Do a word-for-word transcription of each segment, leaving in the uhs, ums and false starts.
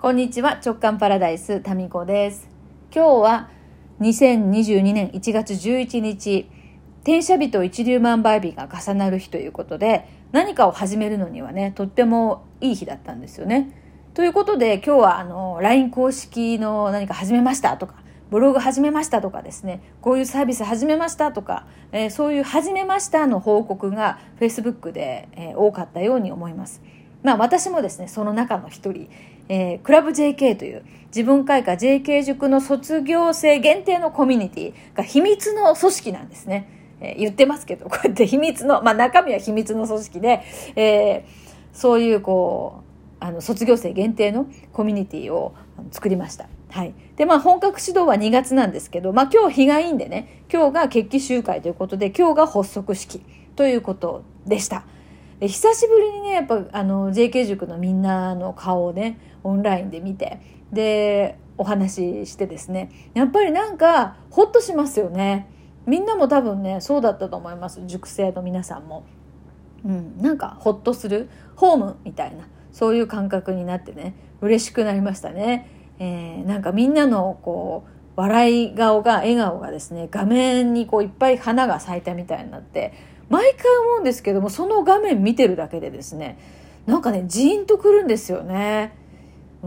こんにちは、直感パラダイスタミコです。今日はにせんにじゅうにねんいちがつじゅういちにち、天赦日と一粒万倍日が重なる日ということで、何かを始めるのにはね、とってもいい日だったんですよね。ということで、今日はあの ライン 公式の何か始めましたとか、ブログ始めましたとかですね、こういうサービス始めましたとか、えー、そういう始めましたの報告が Facebook で、えー、多かったように思います。まあ私もですね、その中の一人、えー、クラブ ジェーケー という自分会科 ジェーケー 塾の卒業生限定のコミュニティが秘密の組織なんですね。えー、言ってますけど、こうやって秘密の、まあ中身は秘密の組織で、えー、そういうこう、あの卒業生限定のコミュニティを作りました。はい。で、まあ本格始動はにがつなんですけど、まあ今日日がいいんでね、今日が決起集会ということで、今日が発足式ということでした。で久しぶりにね、やっぱあの ジェーケー 塾のみんなの顔をね、オンラインで見て、で、お話ししてですね、やっぱりなんかホッとしますよね。みんなも多分ね、そうだったと思います。塾生の皆さんも。うん、なんかホッとする、ホームみたいな、そういう感覚になってね、嬉しくなりましたね。えー、なんかみんなのこう笑い顔が笑顔がですね、画面にこういっぱい花が咲いたみたいになって、毎回思うんですけども、その画面見てるだけでですね、なんかね、ジーンとくるんですよね。うん、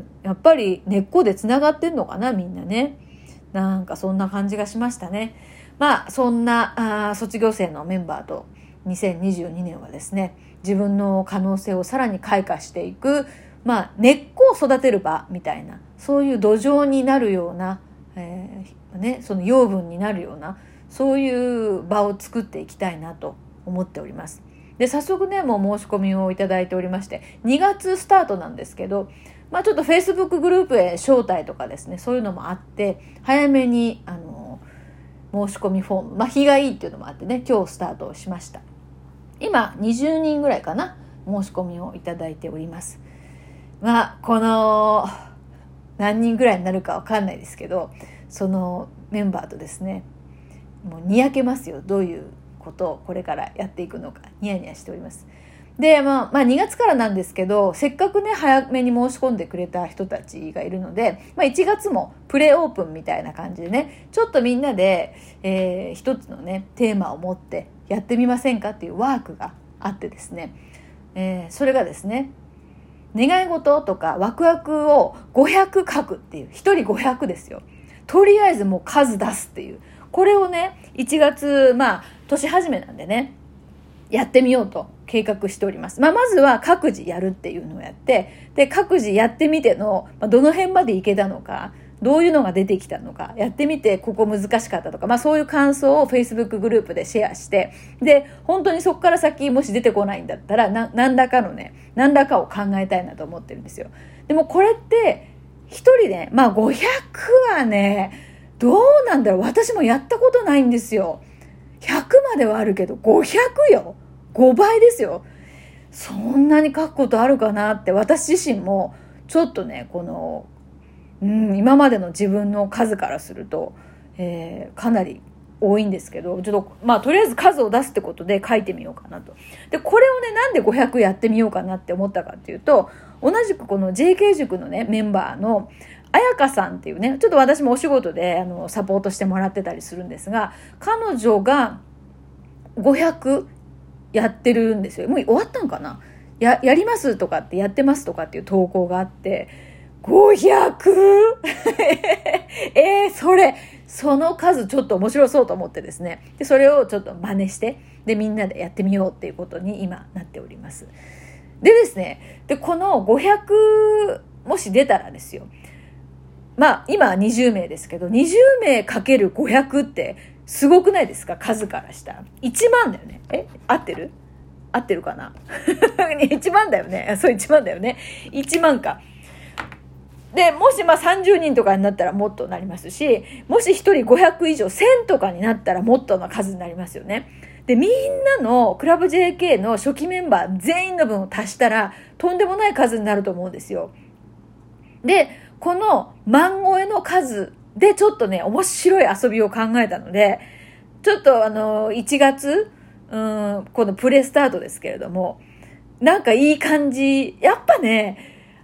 やっぱり根っこでつながってんのかな、みんなね。なんかそんな感じがしましたね。まあそんなあ卒業生のメンバーとにせんにじゅうにねんはですね、自分の可能性をさらに開花していく、まあ根っこを育てる場みたいな、そういう土壌になるような、えーね、その養分になるような、そういう場を作っていきたいなと思っております。で、早速ね、もう申し込みをいただいておりまして、にがつスタートなんですけど、まあちょっと Facebook グループへ招待とかですね、そういうのもあって、早めに、あの、申し込みフォーム、まあ日がいいっていうのもあってね、今日スタートをしました。今、にじゅうにんぐらいかな、申し込みをいただいております。まあ、この、何人ぐらいになるかわかんないですけど、そのメンバーとですね、もうにやけますよ。どういうことをこれからやっていくのか、ニヤニヤしております。で、まあ、まあにがつからなんですけど、せっかくね、早めに申し込んでくれた人たちがいるので、まあいちがつもプレオープンみたいな感じでね、ちょっとみんなで、えー、一つのね、テーマを持ってやってみませんかっていうワークがあってですね、えー、それがですね、願い事とかワクワクをごひゃく書くっていう、ひとりごひゃくですよ。とりあえずもう数出すっていう。これをね、いちがつ、まあ、年始めなんでね、やってみようと計画しております。まあ、まずは各自やるっていうのをやって、で、各自やってみての、まあ、どの辺までいけたのか、どういうのが出てきたのか、やってみてここ難しかったとか、まあそういう感想を Facebook グループでシェアして、で、本当にそこから先もし出てこないんだったら、な、何らかのね、何らかを考えたいなと思ってるんですよ。でもこれって、一人ね、まあごひゃくはね、どうなんだろう、私もやったことないんですよ。ひゃくまではあるけど、ごひゃくよ。ごばいですよ。そんなに書くことあるかなって、私自身も、ちょっとね、この、うん、今までの自分の数からすると、えー、かなり多いんですけど、ちょっと、まあ、とりあえず数を出すってことで書いてみようかなと。で、これをね、なんでごひゃくやってみようかなって思ったかっていうと、同じくこの ジェーケー 塾のね、メンバーの、あやかさんっていうね、ちょっと私もお仕事であのサポートしてもらってたりするんですが、彼女がごひゃくやってるんですよ。もう終わったんかな、や、やりますとかって、やってますとかっていう投稿があって、ごひゃく えー、それ、その数ちょっと面白そうと思ってですね。で、それをちょっと真似して、で、みんなでやってみようっていうことに今なっております。でですね、で、このごひゃく、もし出たらですよ。まあ、今はにじゅうめいですけど、にじゅうめいかけるごひゃくってすごくないですか？数からしたら。いちまんだよね。え？合ってる？合ってるかな？いちまんだよね。そう、いちまんだよね。いちまんか。で、もしまあさんじゅうにんとかになったらもっとなりますし、もしひとりごひゃくいじょう、せんとかになったらもっとな数になりますよね。で、みんなのクラブ ジェーケー の初期メンバー全員の分を足したらとんでもない数になると思うんですよ。で、この万超えの数でちょっとね、面白い遊びを考えたので、ちょっとあの、いちがつ、うん、このプレスタートですけれども、なんかいい感じ、やっぱね、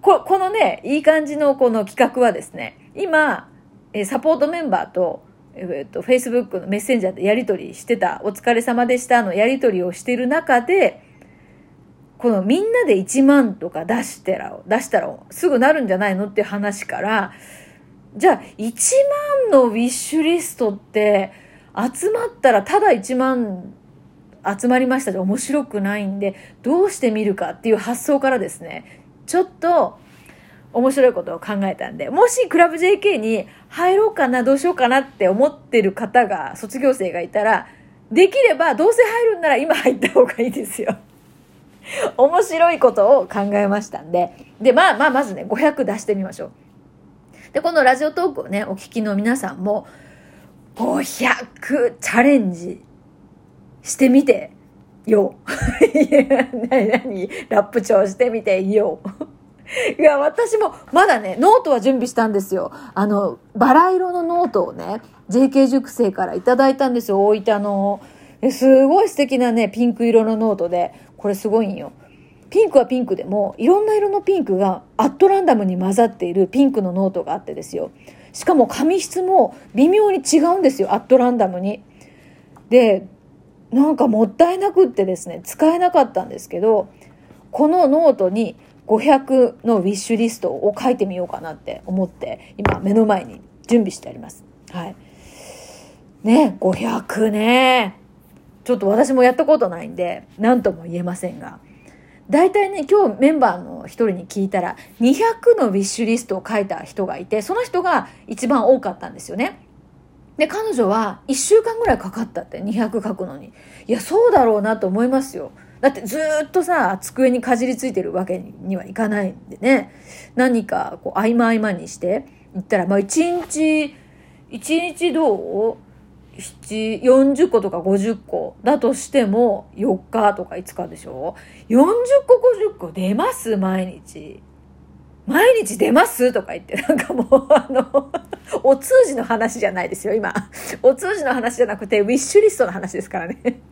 ここのねいい感じのこの企画はですね、今サポートメンバーとえっと、Facebook のメッセンジャーでやり取りしてた、お疲れ様でしたのやり取りをしている中で、このみんなでいちまんとか出してら出したらすぐなるんじゃないのっていう話から、じゃあいちまんのウィッシュリストって集まったらただいちまん集まりましたじゃ面白くないんで、どうしてみるかっていう発想からですね、ちょっと面白いことを考えたんで、もしクラブ ジェーケー に入ろうかな、どうしようかなって思ってる方が、卒業生がいたら、できればどうせ入るんなら今入った方がいいですよ。面白いことを考えましたんで。で、まあまあまずね、ごひゃく出してみましょう。で、このラジオトークをね、お聞きの皆さんも、ごひゃくチャレンジしてみてよ。何何ラップ調してみてよ。いや、私もまだね、ノートは準備したんですよ。あの、バラ色のノートをね、ジェーケー 塾生からいただいたんですよ、大分の。すごい素敵なね、ピンク色のノートで、これすごいんよ。ピンクはピンクでも、いろんな色のピンクがアットランダムに混ざっているピンクのノートがあってですよ。しかも紙質も微妙に違うんですよ、アットランダムに。で、なんかもったいなくってですね、使えなかったんですけど、このノートに、ごひゃくのウィッシュリストを書いてみようかなって思って今目の前に準備してあります。はいね、ごひゃくね、ちょっと私もやったことないんで何とも言えませんが、だいたいね今日メンバーの一人に聞いたらにひゃくのウィッシュリストを書いた人がいて、その人が一番多かったんですよね。で彼女はいっしゅうかんぐらいかかったって、にひゃく書くのに。いやそうだろうなと思いますよ。だってずっとさ机にかじりついてるわけにはいかないんでね、何かこう合間合間にして言ったら、まあ一日一日どうよんじゅっことかごじゅっこだとしてもよっかとかいつかでしょ。よんじゅっこごじゅっこ出ます毎日毎日出ますとか言って、なんかもうあのお通じの話じゃないですよ今。お通じの話じゃなくてウィッシュリストの話ですからね。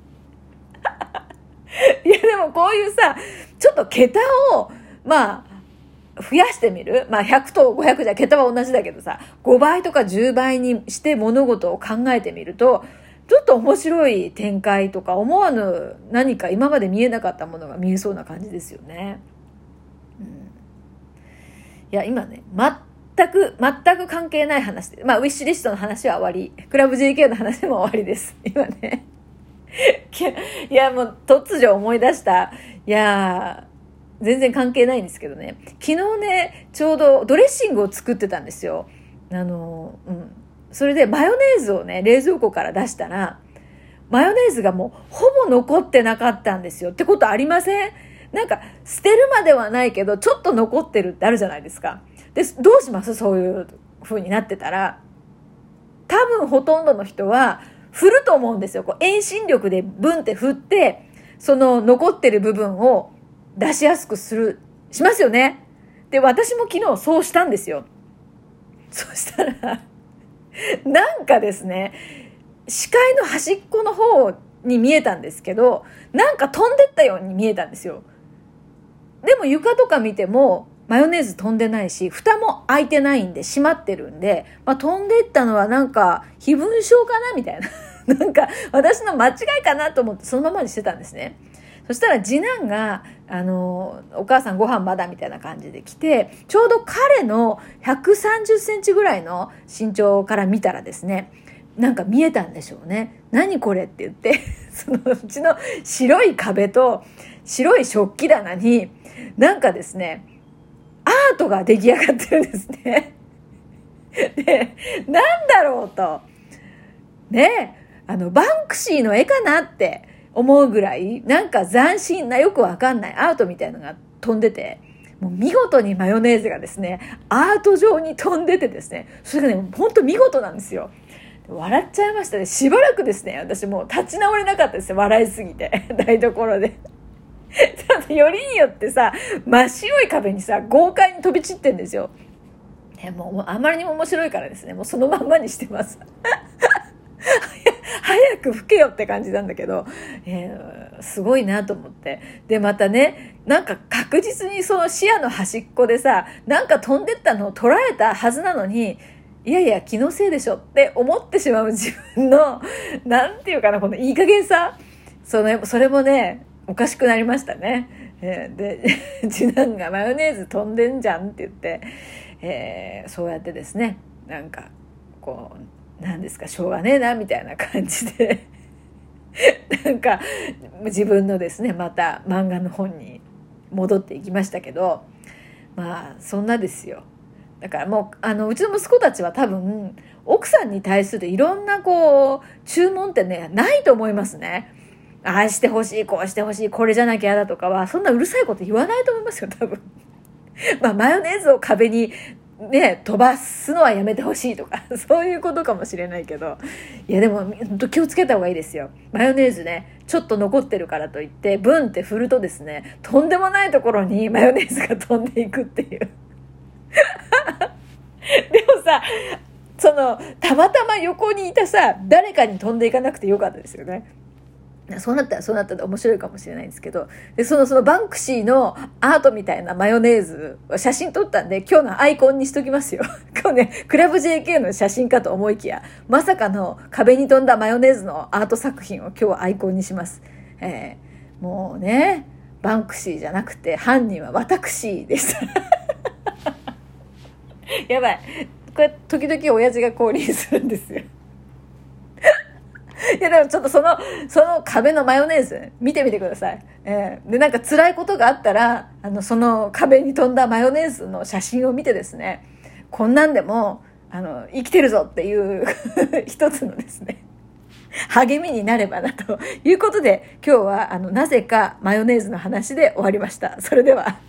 いやでもこういうさ、ちょっと桁をまあ増やしてみる、まあひゃくとごひゃくじゃ桁は同じだけどさ、ごばいとかじゅうばいにして物事を考えてみると、ちょっと面白い展開とか思わぬ何か今まで見えなかったものが見えそうな感じですよね。うん、いや今ね全く全く関係ない話で、まあウィッシュリストの話は終わり、クラブ ジェーケー の話も終わりです今ね。いやもう突如思い出した、いや全然関係ないんですけどね、昨日ねちょうどドレッシングを作ってたんですよ。あの、うん、それでマヨネーズをね冷蔵庫から出したら、マヨネーズがもうほぼ残ってなかったんですよ。ってことありません？なんか捨てるまではないけどちょっと残ってるってあるじゃないですか。でどうします？そういう風になってたら、多分ほとんどの人は振ると思うんですよ。こう遠心力でブンって振って、その残ってる部分を出しやすくする、しますよね。で、私も昨日そうしたんですよ。そしたら、なんかですね、視界の端っこの方に見えたんですけど、なんか飛んでったように見えたんですよ。でも床とか見ても、マヨネーズ飛んでないし、蓋も開いてないんで閉まってるんで、まあ、飛んでったのはなんか非分症かなみたいな。なんか私の間違いかなと思ってそのままにしてたんですね。そしたら次男が、あの、お母さんご飯まだみたいな感じで来て、ちょうど彼のひゃくさんじゅっセンチぐらいの身長から見たらですね、なんか見えたんでしょうね。何これって言って、そのうちの白い壁と白い食器棚になんかですね、アートが出来上がってるんですね。で、なんだろうと。ね、あの、バンクシーの絵かなって思うぐらい、なんか斬新なよくわかんないアートみたいなのが飛んでて、もう見事にマヨネーズがですね、アート上に飛んでてですね、それがね、ほんと見事なんですよ。笑っちゃいましたね。しばらくですね、私もう立ち直れなかったですよ。笑いすぎて。台所で。だってよりによってさ、真っ白い壁にさ、豪快に飛び散ってんですよ。もうあまりにも面白いからですね、もうそのまんまにしてます。 早く吹けよって感じなんだけど、えー、すごいなと思って。でまたね、なんか確実にその視野の端っこでさ、なんか飛んでったのを捉えたはずなのに、いやいや気のせいでしょって思ってしまう自分のなんていうかな、このいい加減さ、そのそれもねおかしくなりましたね。えー、で次男がマヨネーズ飛んでんじゃんって言って、えー、そうやってですね、なんかこうなんですか、しょうがねえなみたいな感じでなんか自分のですね、また漫画の本に戻っていきましたけど、まあそんなですよ。だからもうあのうちの息子たちは多分奥さんに対するいろんなこう注文ってねないと思いますね。ああしてほしい、こうしてほしい、これじゃなきゃ嫌だとかはそんなうるさいこと言わないと思いますよ多分。まあマヨネーズを壁にね飛ばすのはやめてほしいとかそういうことかもしれないけど、いやでも本当気をつけた方がいいですよ。マヨネーズねちょっと残ってるからといってブンって振るとですね、とんでもないところにマヨネーズが飛んでいくっていうでもさ、そのたまたま横にいたさ誰かに飛んでいかなくてよかったですよね。そうなったらそうなったら面白いかもしれないんですけど、でそのそのバンクシーのアートみたいなマヨネーズ写真撮ったんで今日のアイコンにしときますよ。今日ねクラブ ジェーケー の写真かと思いきや、まさかの壁に飛んだマヨネーズのアート作品を今日はアイコンにします。えー、もうねバンクシーじゃなくて犯人は私でした。やばい、これ時々親父が降臨するんですよ。いやでもちょっとそのその壁のマヨネーズ見てみてください。えー、でなんか辛いことがあったらあのその壁に飛んだマヨネーズの写真を見てですね、こんなんでもあの生きてるぞっていう一つのですね励みになればなということで、今日はあのなぜかマヨネーズの話で終わりました。それでは。